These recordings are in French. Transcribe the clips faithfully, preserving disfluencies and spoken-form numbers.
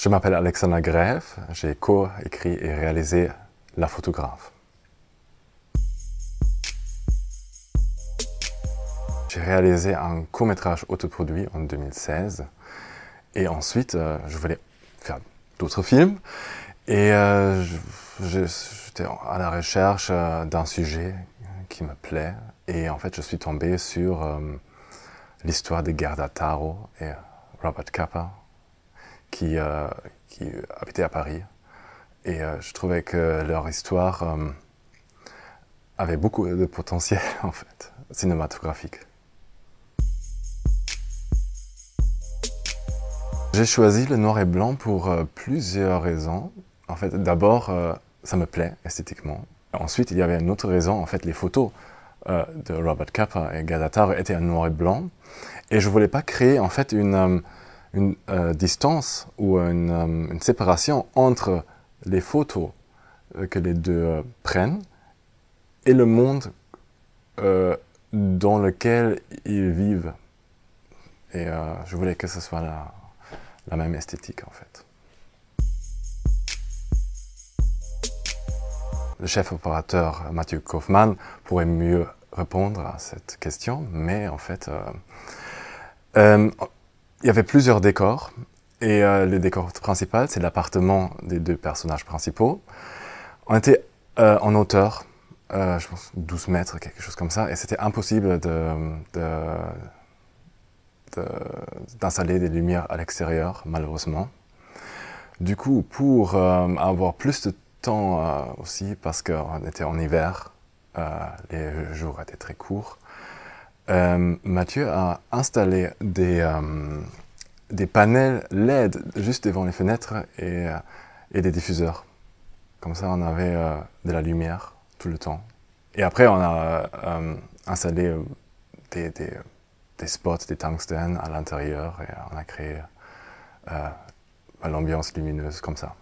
Je m'appelle Alexandre Greff, j'ai co-écrit et réalisé La photographe. J'ai réalisé un court-métrage autoproduit en deux mille seize et ensuite euh, je voulais faire d'autres films et euh, j'étais à la recherche euh, d'un sujet qui me plaît et en fait je suis tombé sur euh, l'histoire de Gerda Taro et Robert Capa qui, euh, qui habitaient à Paris et euh, je trouvais que leur histoire euh, avait beaucoup de potentiel en fait cinématographique. J'ai choisi le noir et blanc pour euh, plusieurs raisons. En fait, d'abord, euh, ça me plaît esthétiquement. Ensuite, il y avait une autre raison. En fait, les photos euh, de Robert Capa et Gerda Taro étaient en noir et blanc. Et je voulais pas créer en fait une, euh, une euh, distance ou une, euh, une séparation entre les photos euh, que les deux euh, prennent et le monde euh, dans lequel ils vivent. Et euh, je voulais que ce soit la, la même esthétique en fait. Le chef opérateur Mathieu Kaufmann pourrait mieux répondre à cette question, mais en fait, euh, euh, il y avait plusieurs décors, et euh, le décor principal, c'est l'appartement des deux personnages principaux. On était euh, en hauteur, euh, je pense douze mètres, quelque chose comme ça, et c'était impossible de, de, de, d'installer des lumières à l'extérieur, malheureusement. Du coup, pour euh, avoir plus de temps euh, aussi, parce qu'on était en hiver, euh, les jours étaient très courts, euh, Mathieu a installé des, euh, des panels L E D juste devant les fenêtres et, euh, et des diffuseurs. Comme ça, on avait euh, de la lumière tout le temps. Et après, on a euh, installé des, des, des spots, des tungstènes à l'intérieur et on a créé euh, l'ambiance lumineuse comme ça.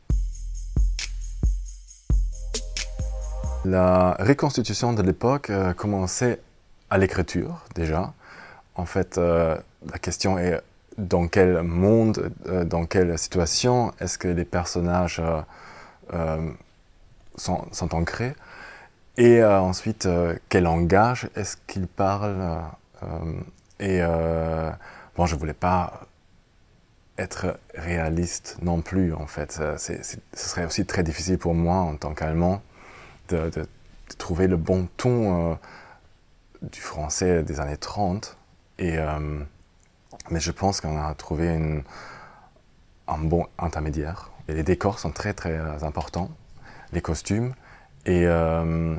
La reconstitution de l'époque euh, commençait à l'écriture déjà. En fait, euh, la question est dans quel monde, euh, dans quelle situation est-ce que les personnages euh, euh, sont, sont ancrés et euh, ensuite euh, quel langage est-ce qu'ils parlent euh, et euh, bon, je voulais pas être réaliste non plus en fait. C'est, c'est, ce serait aussi très difficile pour moi en tant qu'Allemand de, de, de trouver le bon ton euh, du français des années trente. Et, euh, mais je pense qu'on a trouvé une, un bon intermédiaire. Et les décors sont très très importants, les costumes et, euh,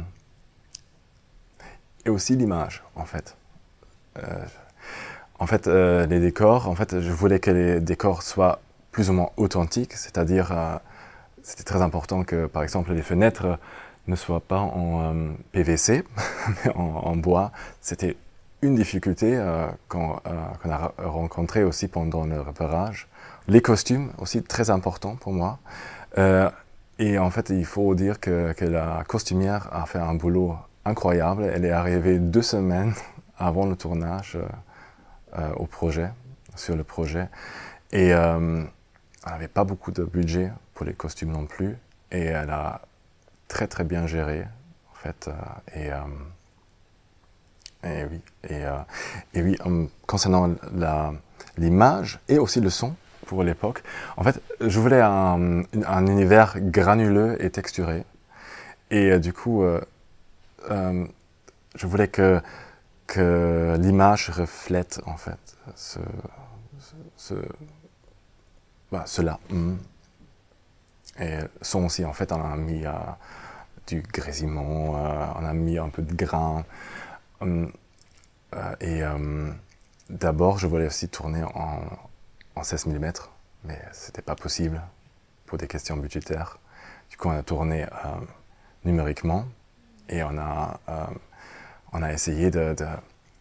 et aussi l'image en fait. Euh, en fait, euh, les décors, en fait, je voulais que les décors soient plus ou moins authentiques, c'est-à-dire euh, c'était très important que, par exemple, les fenêtres ne soient pas en euh, P V C, mais en, en bois. C'était une difficulté euh, qu'on, euh, qu'on a rencontrée aussi pendant le repérage. Les costumes, aussi très important pour moi. Euh, et en fait, il faut dire que, que la costumière a fait un boulot incroyable. Elle est arrivée deux semaines avant le tournage euh, euh, au projet, sur le projet. Et euh, elle n'avait pas beaucoup de budget pour les costumes non plus. Et elle a très très bien géré, en fait. Euh, et, euh, et oui, et, euh, et oui um, concernant la, l'image et aussi le son pour l'époque, en fait, je voulais un, un univers granuleux et texturé. Et euh, du coup, euh, euh, je voulais que, que l'image reflète, en fait, ce, ce, bah, cela. Mm. Et le son aussi, en fait, on a mis euh, du grésillement, euh, on a mis un peu de grain. Um, euh, et euh, d'abord, je voulais aussi tourner en, en seize millimètres, mais c'était pas possible pour des questions budgétaires. Du coup, on a tourné euh, numériquement et on a, euh, on a essayé de, de,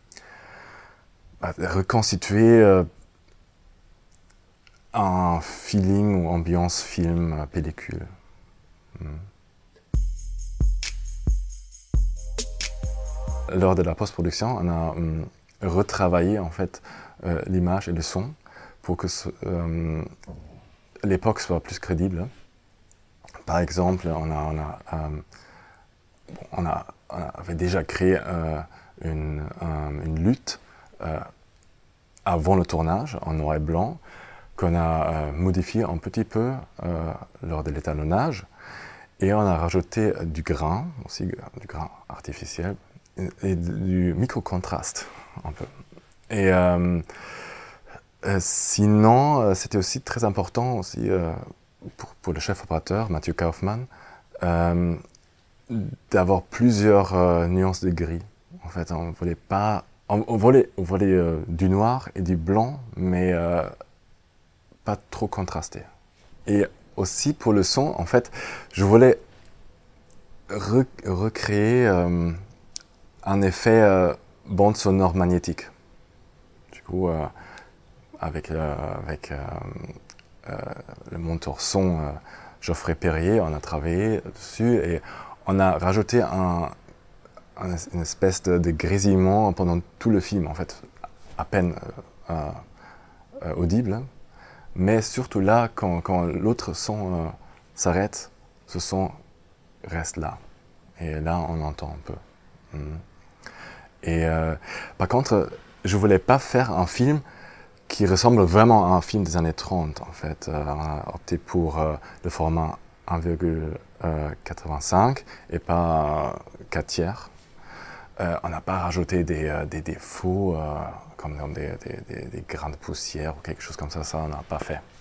de reconstituer euh, un feeling ou ambiance film euh, pellicule. Mm. Lors de la post-production, on a hum, retravaillé en fait euh, l'image et le son pour que ce, euh, l'époque soit plus crédible. Par exemple, on, a, on, a, euh, bon, on, a, on avait déjà créé euh, une, euh, une lutte euh, avant le tournage en noir et blanc, qu'on a euh, modifié un petit peu euh, lors de l'étalonnage. Et on a rajouté du grain, aussi du grain artificiel, et, et du micro-contraste un peu. Et euh, euh, sinon, euh, c'était aussi très important aussi, euh, pour, pour le chef opérateur, Mathieu Kaufmann, euh, d'avoir plusieurs euh, nuances de gris. En fait, on voulait pas, on, on voulait, on voulait euh, du noir et du blanc, mais euh, pas trop contrasté. Et aussi pour le son, en fait, je voulais re- recréer euh, un effet euh, bande sonore magnétique. Du coup, euh, avec, euh, avec euh, euh, le monteur son euh, Geoffrey Perrier, on a travaillé dessus et on a rajouté un, un, une espèce de, de grésillement pendant tout le film, en fait, à peine euh, euh, audible. Mais surtout là, quand, quand l'autre son euh, s'arrête, ce son reste là. Et là, on entend un peu. Mm. Et euh, par contre, je voulais pas faire un film qui ressemble vraiment à un film des années trente, en fait. Euh, on a opté pour euh, le format un virgule quatre-vingt-cinq et pas quatre tiers. Euh, on n'a pas rajouté des, euh, des défauts euh, comme, comme des, des, des, des grains de poussière ou quelque chose comme ça, ça on n'a pas fait.